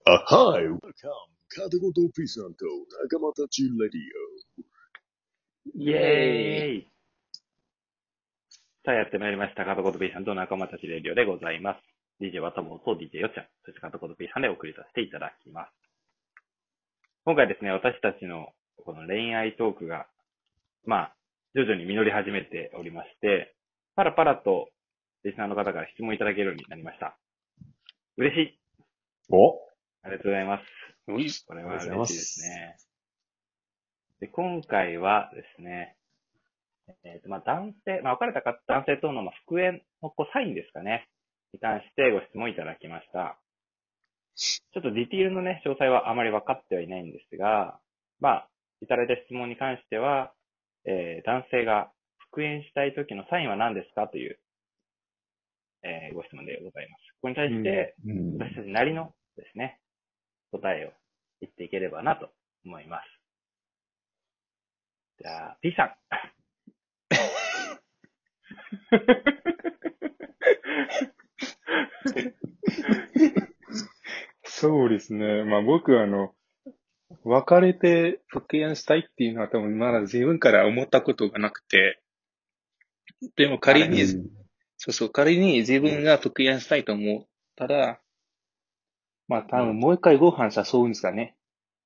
はい、Welcome! 片言 P さんと仲間たちレディイエーイ。さあやってまいりました。片言 B さんと仲間たちレディオでございます。DJ わたぼうと DJ よっちゃん、そして片言 B さんでお送りさせていただきます。今回ですね、私たちのこの恋愛トークが、徐々に実り始めておりまして、パラパラとリスナーの方から質問いただけるようになりました。嬉しい。 オ。 ありがとうございます。 お、 これありがとうございまは嬉しいですす。 ね。で、今回はですね、男性、別れた男性との復縁のサインですかね。に関してご質問いただきました。ちょっとディティールのね、詳細はあまり分かってはいないんですが、いただいた質問に関しては、男性が復縁したい時のサインは何ですかという、ご質問でございます。ここに対して、私たちなりのですね、答えを言っていければなと思います。じゃあ、P さん。 そうですね。僕は別れて復縁したいっていうのは多分まだ自分から思ったことがなくて、でもあれ。 仮に、仮に自分が復縁したいと思ったら、多分もう一回ご飯誘うんですかね。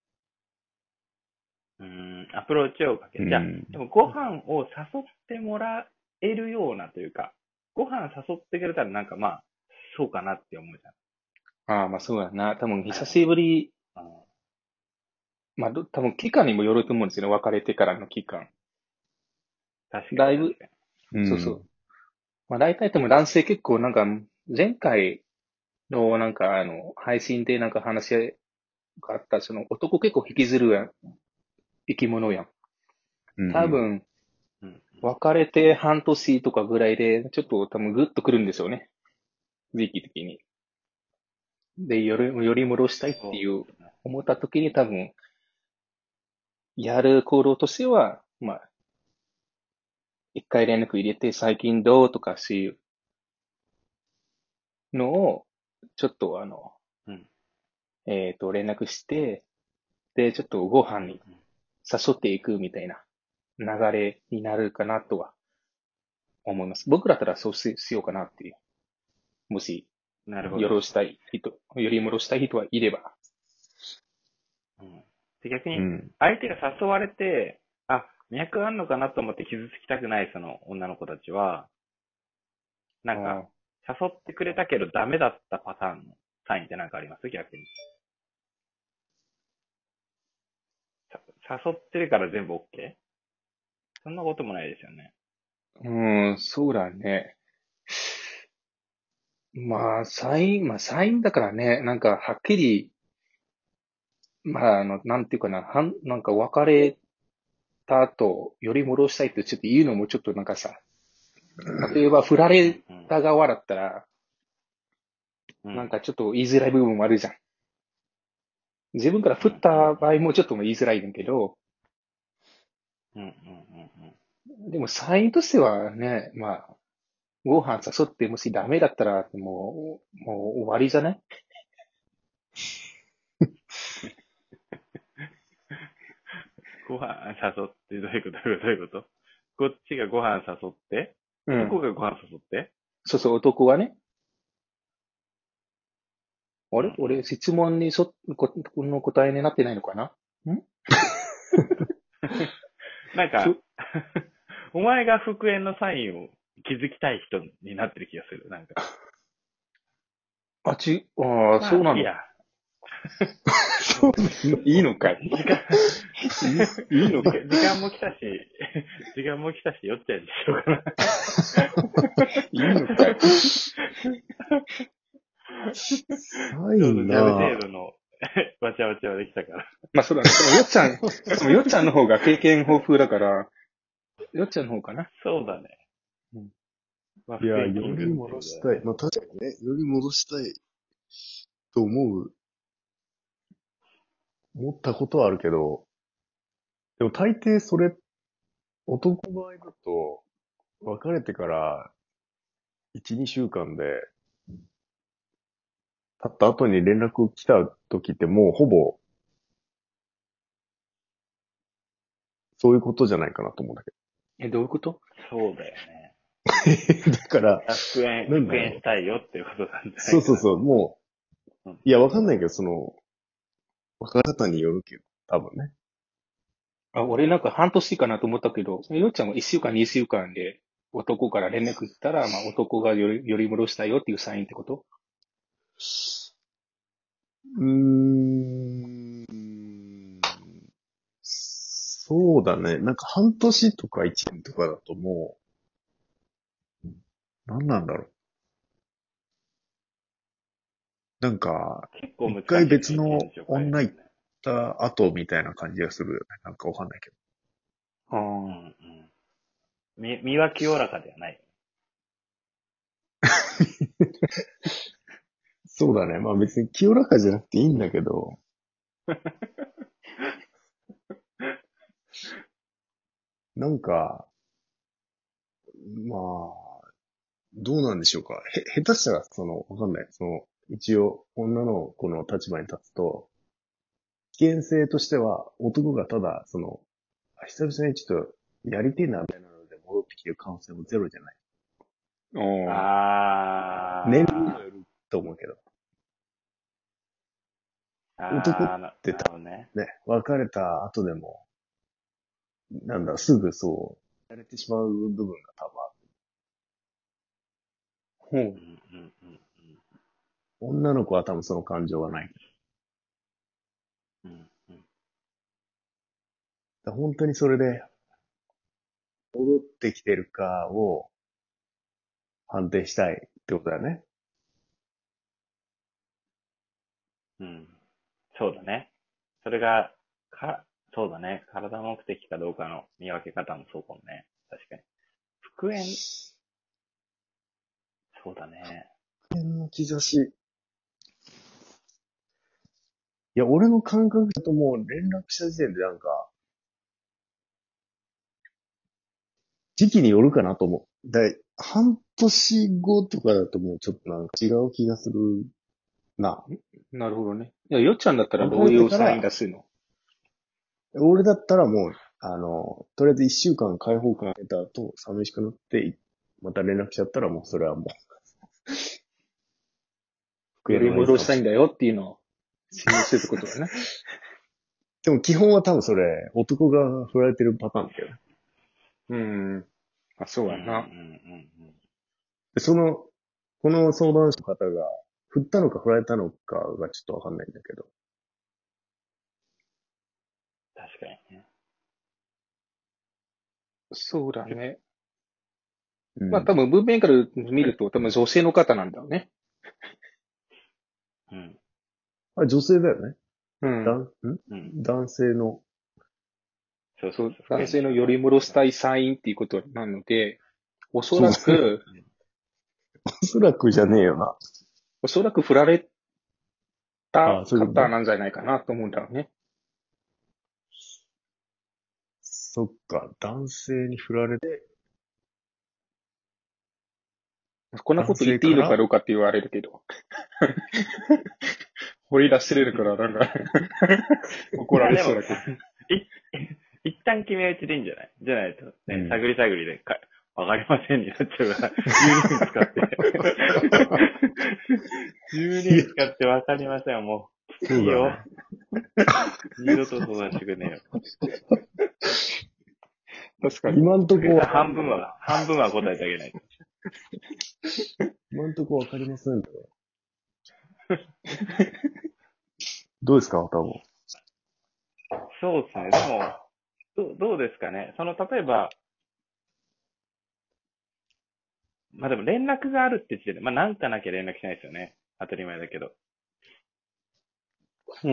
アプローチをかける。じゃあ、でもご飯を誘ってもらえるようなというか、ご飯誘ってくれたらそうかなって思うじそうだな。多分ゃん。はい。 久しぶり、 うん、 多分期間にもよると思うんですよね。別れてからの期間。 確かだいぶ、 に確かそうそう。大体でも男性結構前回の配信で話があった、男結構引きずるやん、生き物やん。多分、 に。うん。 別れて半年とかぐらいで、ちょっと多分グッとくるんですよね。時期的に。で、より戻したいってそいううですね。 思った時に多分、やる行動としては、一回連絡入れて最近どうとかそういうのを、ちょっとうん。 連絡して、で、ちょっとご飯うん。 に誘っていくみたいな流れになるかなとは思います。僕だったらそうしようかなっていう。もし、 なるほど。 よろしたい人、より戻したい人はいれば。 うん。で、逆に、相手が誘われて、脈あんのかなと思って傷つきたくないその女の子たちは、なんか、 あ誘ってくれたけどダメだったパターンのサインってなんかあります逆に。誘ってるから全部 OK？ そんなこともないですよね。 そうだね。サインだからね、はっきり、なんていうかな、別れた後、より戻したいってちょっと言うのもちょっと例えば振られうんうん。 た側だったら、 うん。 ちょっと言いづらい部分もあるじゃん。自分から振っうんうんた場合もちょっと言いづらいんだけど、 うんうんうんでもサインとしてはね、ご飯誘ってもしダメだったら、もう終わりじゃない？ ご飯誘ってどういうことどういうことこっちがご飯誘ってうん。 男がご飯誘ってそうそう、男はね。あうんうん。 れ俺、質問にこの答えになってないのかなんなんか、 そ、 お前が復縁のサインを気づきたい人になってる気がする。なんか。 そうなの。 いいや。 そうなのいいのかい？ 時間、 いいのかい？ 時間も来たし、時間も来たし、酔っちゃうにしようかな。 いいのかい？ オ。 ちょうどジャブ程な度のわちゃわちゃはできたから。 そうだね。でもよっちゃんの方が経験豊富だから、よっちゃんの方かな。 そうだね。 うん。 いや、 復縁キンよりグっていう戻したい。 ことだね。 確かにね、より戻したいと思ったことはあるけど、でも大抵それ、男の場合だと、別れてから1、2週間で経った後に連絡来た時ってもうほぼそういうことじゃないかなと思うんだけどういうこと？ そうだよね。 ど。だから、なんだ復縁しろたいよっていうことなんじう。 ゃないかな。 そうそうそう、もうん。 いや、わかんないけど、別れ方によるけど、多分ね。 俺なんか半年かなと思ったけど、よっちゃんは1週間、2週間で男から連絡来たら、まあ男がより戻したよっていうサインってこと？ うーん。そうだね。なんか半年とか1年とかだともう、何なんだろう。なんか、 結構難しい一回よね、 別の現状変える女行った後みたいな感じがするよね。なんかわかんないけど。 あの。うあ。 んうん。身は清らかではない。 そうだね。まあ別に清らかじゃなくていいんだけど、なんか、まあ、どうなんでしょうか。下手したら、わかんない。一応、女の子の立場に立つと、危険性としては、男がただ、久々にちょっと、やりてえな、みたいなので戻ってきてる可能性もゼロじゃない。 おー。 年齢にもあよると思うけど、 ー、 男っあー、 てなるほどね。 ね、別れた後でも、なんだ、すぐやれてしまう部分が多分ある。 ほう。 うんうんうん女の子は多分その感情はない。 うんうん。 本当にそれで戻ってきてるかを判定したいってことだよね。 うん。そうだね。それが、そうだね。体目的かどうかの見分け方もそうかもね。確かに。復縁、そうだね。 変の兆し。いや、俺の感覚だともう連絡した時点でなんか、時期によるかなと思う。半年後とかだともうちょっとなんか違う気がするな。 なるほどね。いや、よっちゃんだったらど別れういうサインてから、 出すの？ 俺だったらもう、とりあえず一週間解放感得た後、寂しくなって、また連絡しちゃったらもうそれはもう、復よ縁の合図り戻したいんだかもしれない。 よっていうのを示すってことだね。 でも基本は多分それ、男が振られてるパターンだけどね。 うん。あ、そううんうんうんやな。 うん。 でこの相談者の方が、振ったのか振られたのかがちょっとわかんないんだけど。 確かにね。 そうだね。まあ多うん。 分文面から見ると多分女性の方なんだよね。 うん。 あ、女性だよね。 うん。 うん。 男性の、 そう、 そうそうそう。復男性の縁ですね。 より戻したいサインっていうことなので、おそそうだね。 らく、 おそらくじゃねえよな。 おそらく振られたああ、そういうことね。 方なんじゃないかなと思うんだよね。 そっか、男性に振られて、 こんな男こと言っていいのか性から、 どうかって言われるけど。掘り出してれるから、なんか怒らいや、でも、 れそうだけど。 い、一旦決め打ちでいいんじゃない？じゃないと、ね、 うん。 探り探りでわかりませんになっちゃうから、12分使って。12 いや、 分使ってわかりません。もう、いいよ。 そうだね。 二度と相談してくんねえよ。 確かに。 今んとこわかんない。 半分は答えてあげないと。 今んとこわかりませんね。どうですか、多分。 そうですね。でも、どうですかね。例えば、まあでも連絡があるって時点で、まあなんかなきゃ連絡しないですよね。当たり前だけど。 うん。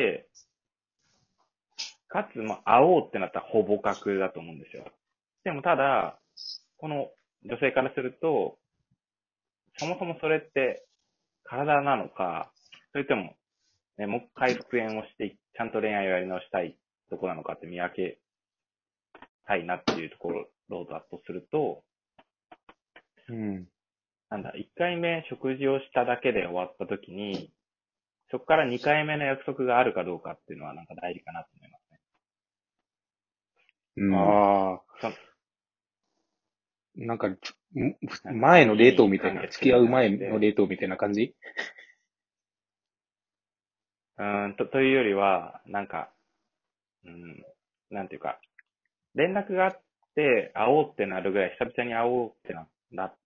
で、かつ、まあ会おうってなったらほぼ確だと思うんですよ。でもただ、この女性からすると、そもそもそれって体なのか、それとも、ね、もう一回復縁をして、ちゃんと恋愛をやり直したいところなのかって見分けたいなっていうところだとすると、 うん。 なんだ、一回目食事をしただけで終わった時に、 そこから2回目の約束があるかどうかっていうのはなんか大事かなと思いますね。 うん。 ああ、 そなんか、 なんか前の冷凍みたいな、 いい関係付き合う前の冷凍みたいな感じ？ というよりは、なんか、なんていうか、連絡があって、会おうってなるぐらい、久々に会おうってなって、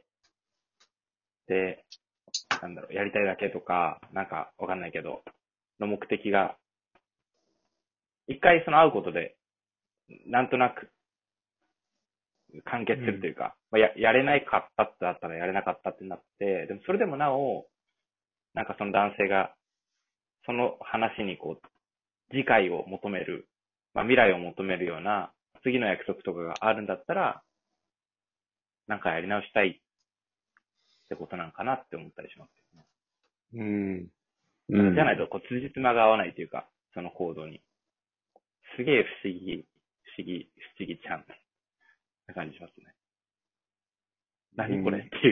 で、なんだろう、やりたいだけとか、なんかわかんないけど、の目的が、一回その会うことで、なんとなく完結するというか、まあ、やれないかったってなったらやれなかったってなって、でもそれでもなお、なんかその男性が、その話にこう、次回を求める、まあ未来を求めるような、次の約束とかがあるんだったら、なんかやり直したいってことなのかなって思ったりしますけどね。 うん。 じゃないと、こう、辻褄が合わないというか、その行動に。すげえ不思議ちゃんな感じしますね。何これっていう。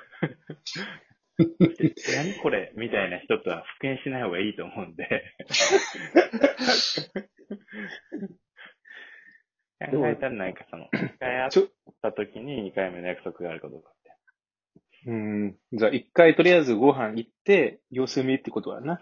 何これみたいな人とは復縁しない方がいいと思うんで。考えたらなんかその、一回会った時に2回目の約束があるかどうかって。 じゃあ一回とりあえずご飯行って、様子見ってことはな。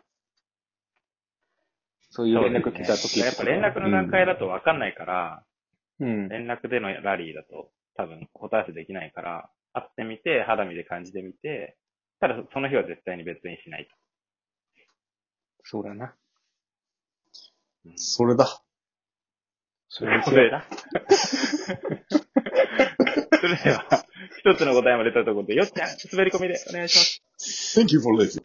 そういう連絡来た時やっぱ連絡の段階だと分かんないから、連絡でのラリーだと多分答え合わせできないから、会ってみて、肌身で感じてみて、ただその日は絶対に別にしないと。 そうだな。 それだ。 それだ。それでは、一つの答えも出たところで、よっちゃん、滑り込みでお願いします。 Thank you for listening.